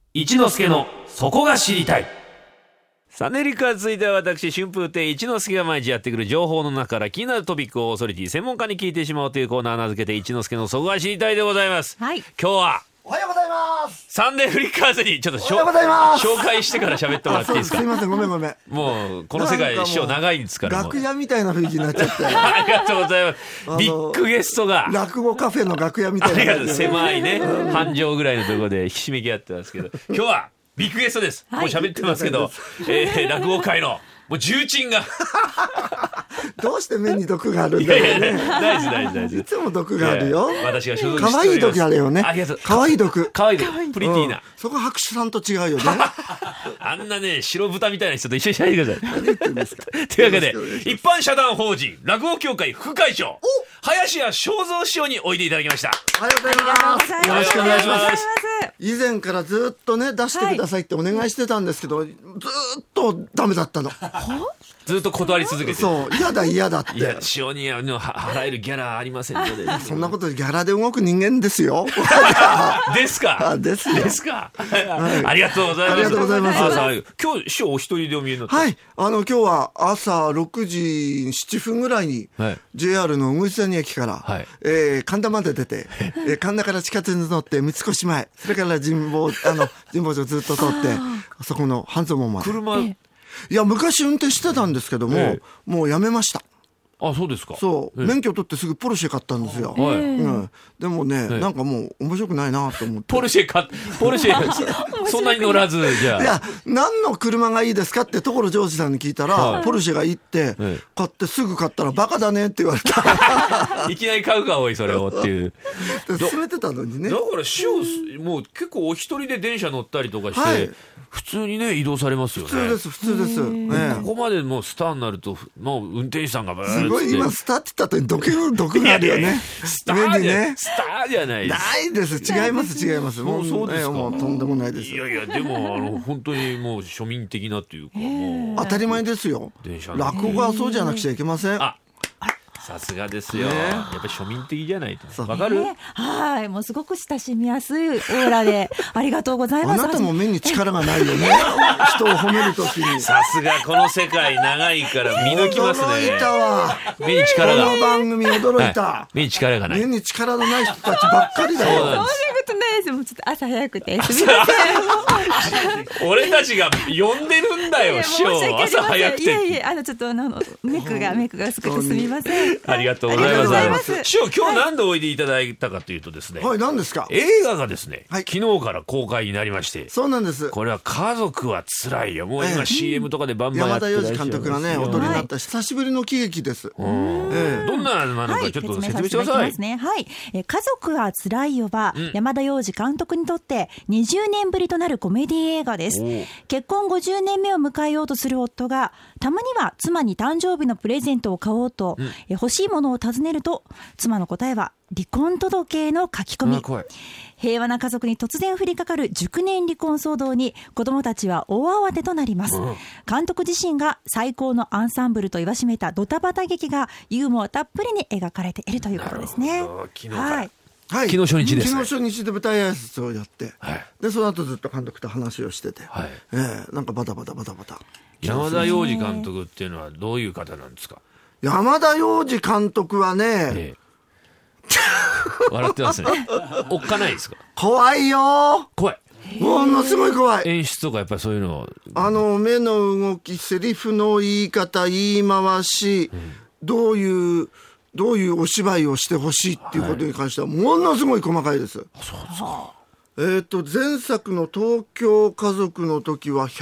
一之輔のそこが知りたい。サネリカ続いては私春風亭一之輔が毎日やってくる情報の中から気になるトピックをオーソリティ専門家に聞いてしまおうというコーナー名付けて一之輔のそこが知りたいでございます、 はい、 今日はおはようございます。 サンデーフリッカーズにちょっとおはようございます。 紹介してから喋ってもらっていいですか。 すいません、ごめん。 もうこの世界師匠長いんですから。 楽屋みたいな雰囲気になっちゃってありがとうございます。ビッグゲストが落語カフェの楽屋みたいな感じ、 狭いね半畳ぐらいのところでひしめき合ってますけど、今日はビッグゲストです、もう喋ってますけど、落語界のもう重鎮がどうして目に毒があるんだろうね。 大事いつも毒があるよ。 私が所属しております。 可愛い毒あるよね。 ありがとう。 可愛い毒。 可愛い毒。プリティーな。 そこ白手さんと違うよね。 あんなね白豚みたいな人と一緒にしないでください。 何言ってんですか。 というわけで一般社団法人落語協会副会長林家正蔵師匠においでいただきました。 おはようございます。よろしくお願いします。 す。 以前からずっとね出してくださいってお願いしてたんですけど、ずっとダメだったの。 ずっと断り続けてる。 そう、嫌だって。 いや、師匠に払えるギャラありませんので。 そんなことでギャラで動く人間ですよ。 ですか。 ですよ。 ですか。ありがとうございます。 ありがとうございます。 今日師匠お一人でお見えになって。 はい、今日は朝6時7分ぐらいに JR の小口谷駅から、神田まで出て、神田から地下鉄に乗って三越前、それから神保町ずっと通ってそこの半蔵門まで。 車いや昔運転してたんですけども、もうやめました。 あ、そうですか。 そう、免許取ってすぐポルシェ買ったんですよ、でもね、なんかもう面白くないなと思って。 ポルシェそんなに乗らず。じゃあいや、何の車がいいですかって所ジョージさんに聞いたら、ポルシェがいいって買ってすぐ買ったらバカだねって言われた。 いきなり買うかおいそれをっていう勧めてたのにね。 だから師匠もう結構お一人で電車乗ったりとかして、普通にね移動されますよね。 普通です、 ここまでもうスターになるともう運転手さんがすごい今スターって言った後に毒があるよね。 スターじゃないです。 ないです。違いますもうそうですか。 もうとんでもないです。 いやでも本当にもう庶民的なというか、もう当たり前ですよ。落語はそうじゃなくちゃいけません。 さすがですよ、やっぱり庶民的じゃないとわかる、 はい、もうすごく親しみやすいオーラでありがとうございます。 あなたも目に力がないよね。人を褒めるときに。 さすがこの世界長いから見抜きますね。 驚いたわ。 目に力が、 この番組驚いた、 目に力がない。 目に力のない人たちばっかりだよ。 そんなことないです。もうちょっと朝早くてすみません。俺たちが呼んでるんだよ師匠、朝早くて。 いやちょっとメクがすごくすみません。 ありがとうございます。師匠今日何でおいでいただいたかというとですね、 何ですか。 映画がですね、昨日から公開になりまして。 そうなんです。 これは家族はつらいよ。もう今 CM とかでバンバンやってる。 山田洋次監督がねお撮りになった久しぶりの喜劇です。 どんなのかちょっと説明してください。 はい、家族はつらいよは、山田洋次監督にとって20年ぶりとなるコメディ映画です。結婚50年目を迎えようとする夫がたまには妻に誕生日のプレゼントを買おうと、欲しいものを尋ねると妻の答えは離婚届への書き込み。平和な家族に突然降りかかる熟年離婚騒動に子どもたちは大慌てとなります。監督自身が最高のアンサンブルと言わしめたドタバタ劇がユーモアたっぷりに描かれているということですね。 昨日初日ですね。 昨日初日で舞台挨拶をやって、でその後ずっと監督と話をしてて、なんかバタバタ山田洋次監督っていうのはどういう方なんですか。 山田洋次監督はね、 笑ってますね。おっかないですか。 怖いよ。 怖い。 ものすごい怖い。 演出とかやっぱりそういうの目の動き、セリフの言い方、言い回し、どういうお芝居をしてほしいっていうことに関してはものすごい細かいです。 そうですか。 前作の東京家族の時は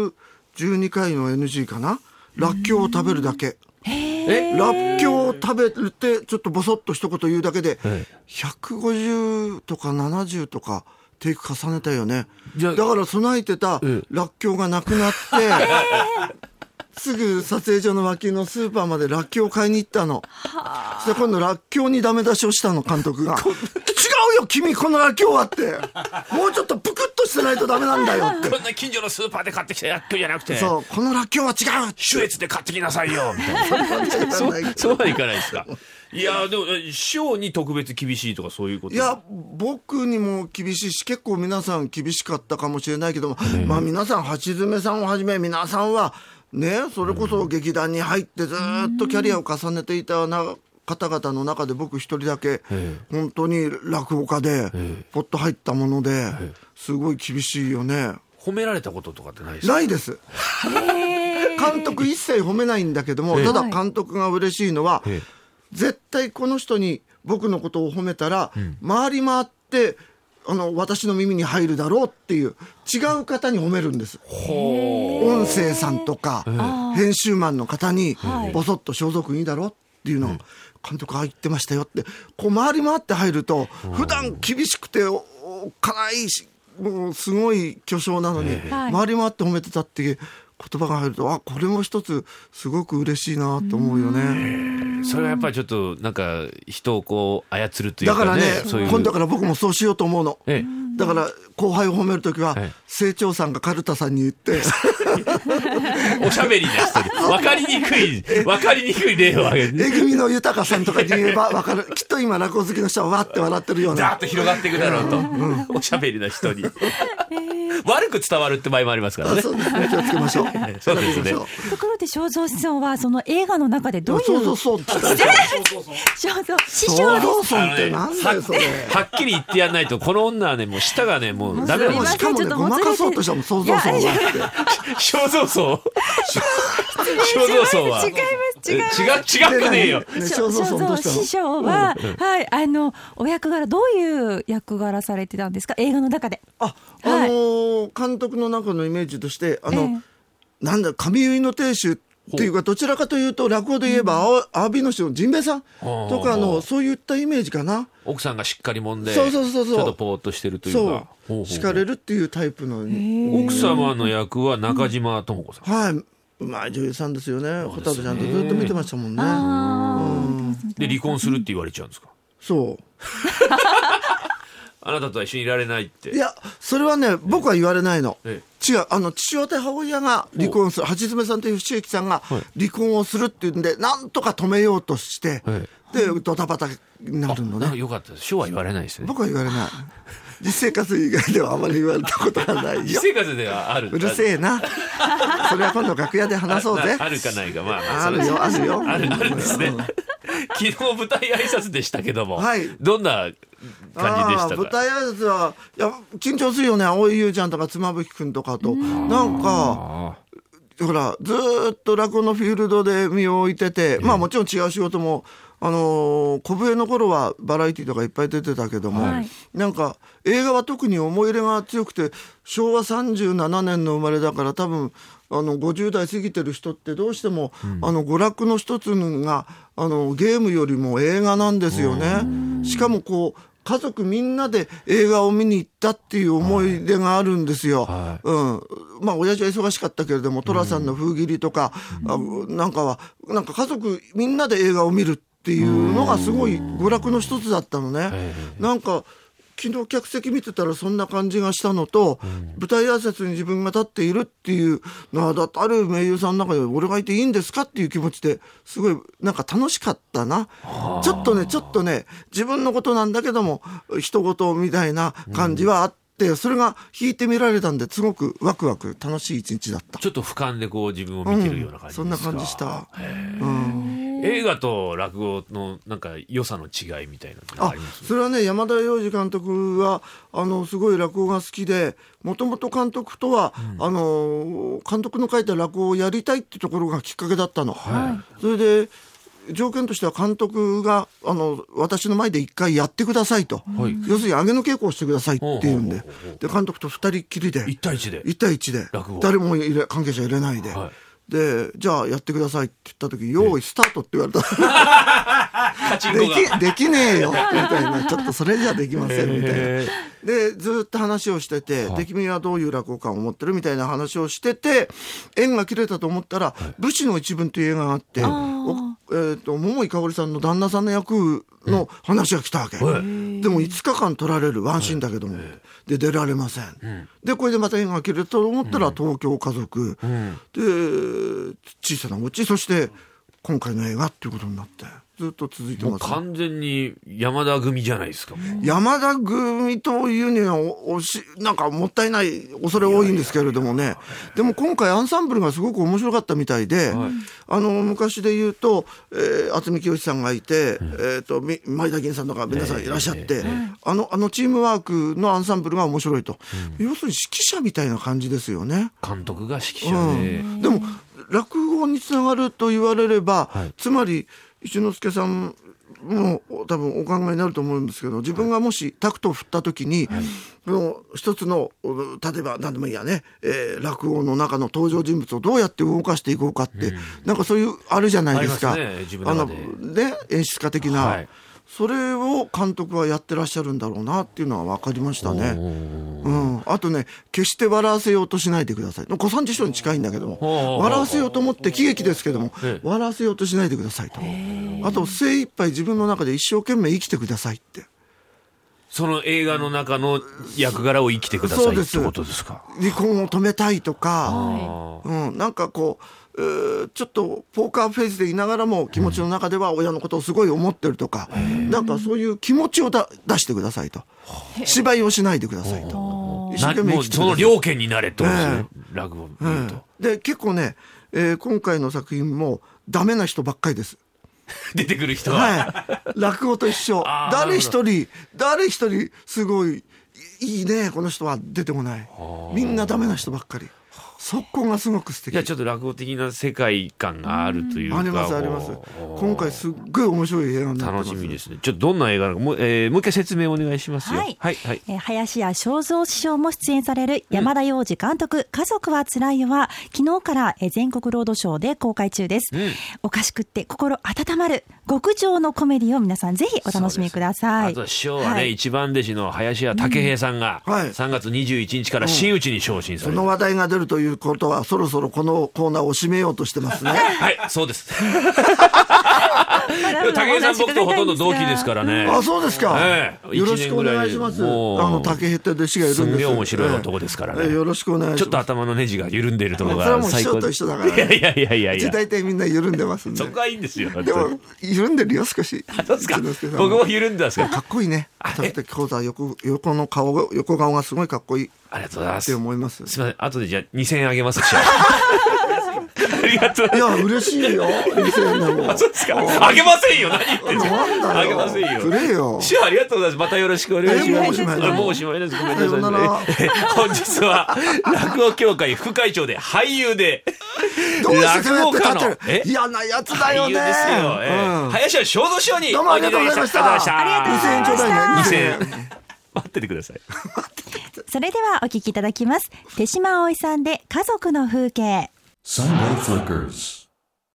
112回の NG かな。らっきょうを食べるだけ。らっきょうを食べるってちょっとボソッと一言言うだけで150とか70とかテイク重ねたよね。だから備えてたらっきょうがなくなってすぐ撮影所の脇のスーパーまでらっきょうを買いに行ったの。そして今度らっきょうにダメ出しをしたの監督が。違うよ君このらっきょうはって、もうちょっとぷくっとしてないとダメなんだよって。 こんな近所のスーパーで買ってきたらっきょうじゃなくて、 そうこのらっきょうは違うシュエツで買ってきなさいよみたいな。そうはいかないですか。 いやでも師匠に特別厳しいとかそういうこと？ いや僕にも厳しいし結構皆さん厳しかったかもしれないけども、まあ皆さん橋爪さんをはじめ皆さんはねそれこそ劇団に入ってずっとキャリアを重ねていた方々の中で僕一人だけ本当に落語家でポッと入ったものですごい厳しいよね。 褒められたこととかってないですか？ ないです。監督一切褒めないんだけども、ただ監督が嬉しいのは絶対この人に僕のことを褒めたら回り回って私の耳に入るだろうっていう違う方に褒めるんです。音声さんとか編集マンの方にボソッと装束いいだろうっていうのを監督が言ってましたよってこう回り回って入ると普段厳しくておっかないしもうすごい巨匠なのに回り回って褒めてたっていう言葉が入るとこれも一つすごく嬉しいなと思うよね。 それはやっぱりちょっとなんか人をこう操るというかね。 だからねそういう今度から僕もそうしようと思うの。だから後輩を褒めるときは清張さんがカルタさんに言っておしゃべりな人で分かりにくい例を挙げてえぐみの豊さんとかに言えば分かるきっと今落語好きの人はわって笑ってるようなザーッと広がっていくだろうと、おしゃべりな人に悪く伝わるって場合もありますからね。 そうですね気をつけましょうそうですね。 ところで正蔵さんはその映画の中でどういうそう師匠ですってなんだよそれはっきり言ってやらないとこの女はねもう舌がねもうダメなんです。 しかもねごまかそうとしても想像層があって肖像層は違くねえよ。 師匠は、お役柄どういう役柄されてたんですか映画の中で？ 監督の中のイメージとしてなんだ上結の亭主っていうかどちらかというと落語で言えばアワビの師の陣兵衛さんとかそういったイメージかな。 奥さんがしっかりもんでそうちょっとぽーっとしてるというか敷かれるっていうタイプの奥様の役は中島智子さん。 はい、うまい女優さんですよね。蛍ちゃんとずっと見てましたもんね。 で離婚するって言われちゃうんですか？ そうあなたとは一緒にいられないって。 いやそれはね僕は言われないの。違う父親と母親が離婚する橋爪さんという伏木さんが離婚をするっていうんでなんとか止めようとしてでドタバタになるのね。 よかったです。師匠は言われないですね。 僕は言われない。実生活以外ではあまり言われたことがないよ。 実生活ではある。 うるせえな。それは今度楽屋で話そうぜ。 あるかないかあるよあるよ。 あるんですね。昨日舞台挨拶でしたけども、どんな感じでしたか？ 舞台挨拶はいや緊張するよね。青井優ちゃんとか妻夫木君とかとなんかほらずっと落語のフィールドで身を置いてて、もちろん違う仕事も小笛の頃はバラエティとかいっぱい出てたけども、なんか映画は特に思い入れが強くて昭和37年の生まれだから多分50代過ぎてる人ってどうしても、娯楽の一つがゲームよりも映画なんですよね。しかもこう家族みんなで映画を見に行ったっていう思い出があるんですよ。親父は忙しかったけれども寅さんの封切りとか、なんか家族みんなで映画を見るっていうのがすごい娯楽の一つだったのね。なんか昨日客席見てたらそんな感じがしたのと、舞台挨拶に自分が立っているっていうのはだってある名優さんの中で俺がいていいんですかっていう気持ちですごいなんか楽しかったな。ちょっとね自分のことなんだけども人事みたいな感じはあって、それが弾いてみられたんですごくワクワク楽しい一日だった。 ちょっと俯瞰でこう自分を見てるような感じですか？そんな感じした。映画と落語のなんか良さの違いみたいなのあります？ それはね山田洋次監督はすごい落語が好きでもともと監督とは、監督の書いた落語をやりたいってところがきっかけだったの。それで条件としては監督が私の前で一回やってくださいと、要するに上げの稽古をしてくださいっていうんで、監督と二人っきりで 1対1 で誰も関係者入れないで、でじゃあやってくださいって言った時用意スタートって言われたできねえよみたいなちょっとそれじゃできませんみたいなでずっと話をしてて、で君はどういう落語家を持ってるみたいな話をしてて縁が切れたと思ったら、武士の一文という映画があって桃井かおりさんの旦那さんの役の話が来たわけ、でも5日間取られるワンシーンだけども、で出られません、でこれでまた縁が切れたと思ったら東京家族、で小さなお家そして今回の映画っていうことになってずっと続いてます。 もう完全に山田組じゃないですか。 山田組というにはなんかもったいない恐れ多いんですけれどもね。でも今回アンサンブルがすごく面白かったみたいで、昔で言うと、渥美清さんがいて、前田銀さんとか皆さんいらっしゃって、あのチームワークのアンサンブルが面白いと、要するに指揮者みたいな感じですよね。 監督が指揮者で、 でも落語につながると言われれば、つまり一之輔さんも多分お考えになると思うんですけど、自分がもしタクトを振った時に、一つの例えば何でもいいやね、落語の中の登場人物をどうやって動かしていこうかって、なんかそういうあるじゃないですか。演出家的な、それを監督はやってらっしゃるんだろうなっていうのは分かりましたね。あとね、決して笑わせようとしないでください。小三治師匠に近いんだけども、笑わせようと思って喜劇ですけども、笑わせようとしないでくださいと。あと精一杯自分の中で一生懸命生きてくださいって。 その映画の中の役柄を生きてくださいってことですか。 離婚を止めたいとか、なんかこうちょっとポーカーフェイスでいながらも気持ちの中では親のことをすごい思ってるとか、なんかそういう気持ちを出してくださいと。芝居をしないでくださいと。一生懸命生きてください。 その両家になれってことですね、落語を見ると。 で結構ね、今回の作品もダメな人ばっかりです。 出てくる人は、 落語と一緒。誰一人すごいいいねこの人は出てこない。みんなダメな人ばっかり。そこがすごく素敵。 いや、ちょっと落語的な世界観があるというか、 ありますあります。今回すっごい面白い映画になってます。 楽しみですね。ちょっとどんな映画なのかもう一回説明お願いしますよ。 林家正蔵師匠も出演される山田洋次監督、家族はつらいよは昨日から全国ロードショーで公開中です。おかしくって心温まる極上のコメディを皆さんぜひお楽しみください。 あと師匠はね、一番弟子の林家武平さんが3月21日から真打ちに昇進される。 その話題が出るということはそろそろこのコーナーを締めようとしてますね。 はい、そうです。武平さん僕とほとんど同期ですからね。 あ、そうですか。よろしくお願いします。武平って弟子がいるんです。 すんげえ面白い男ですからね。 よろしくお願いします。 ちょっと頭のネジが緩んでいるところがそれはもう師匠と一緒だからね。 いや大体みんな緩んでますんで。 そこはいいんですよ。 でも緩んでるよ少し。 そうですか。僕も緩んでますから。 かっこいいね。講座横の横顔がすごいかっこいい。 ありがとうございます。 って思います。 すみません。後でじゃあ2000円あげますし。ありがとう。 いや嬉しいよ。2000円でも。 そうですか。あげませんよ。何言ってんの。あげませんよ。 くれよ。 師匠ありがとうございます。またよろしくお願いします。もうおしまいです。ごめんなさい。本日は落語協会副会長で俳優で落語家の嫌なやつだよね。 俳優ですよ。林家正蔵師匠にどうもありがとうございました。2000円ちょうだいね。2000円。 待っててください。 それではお聞きいただきます。手島葵さんで家族の風景。 Sunday Flickers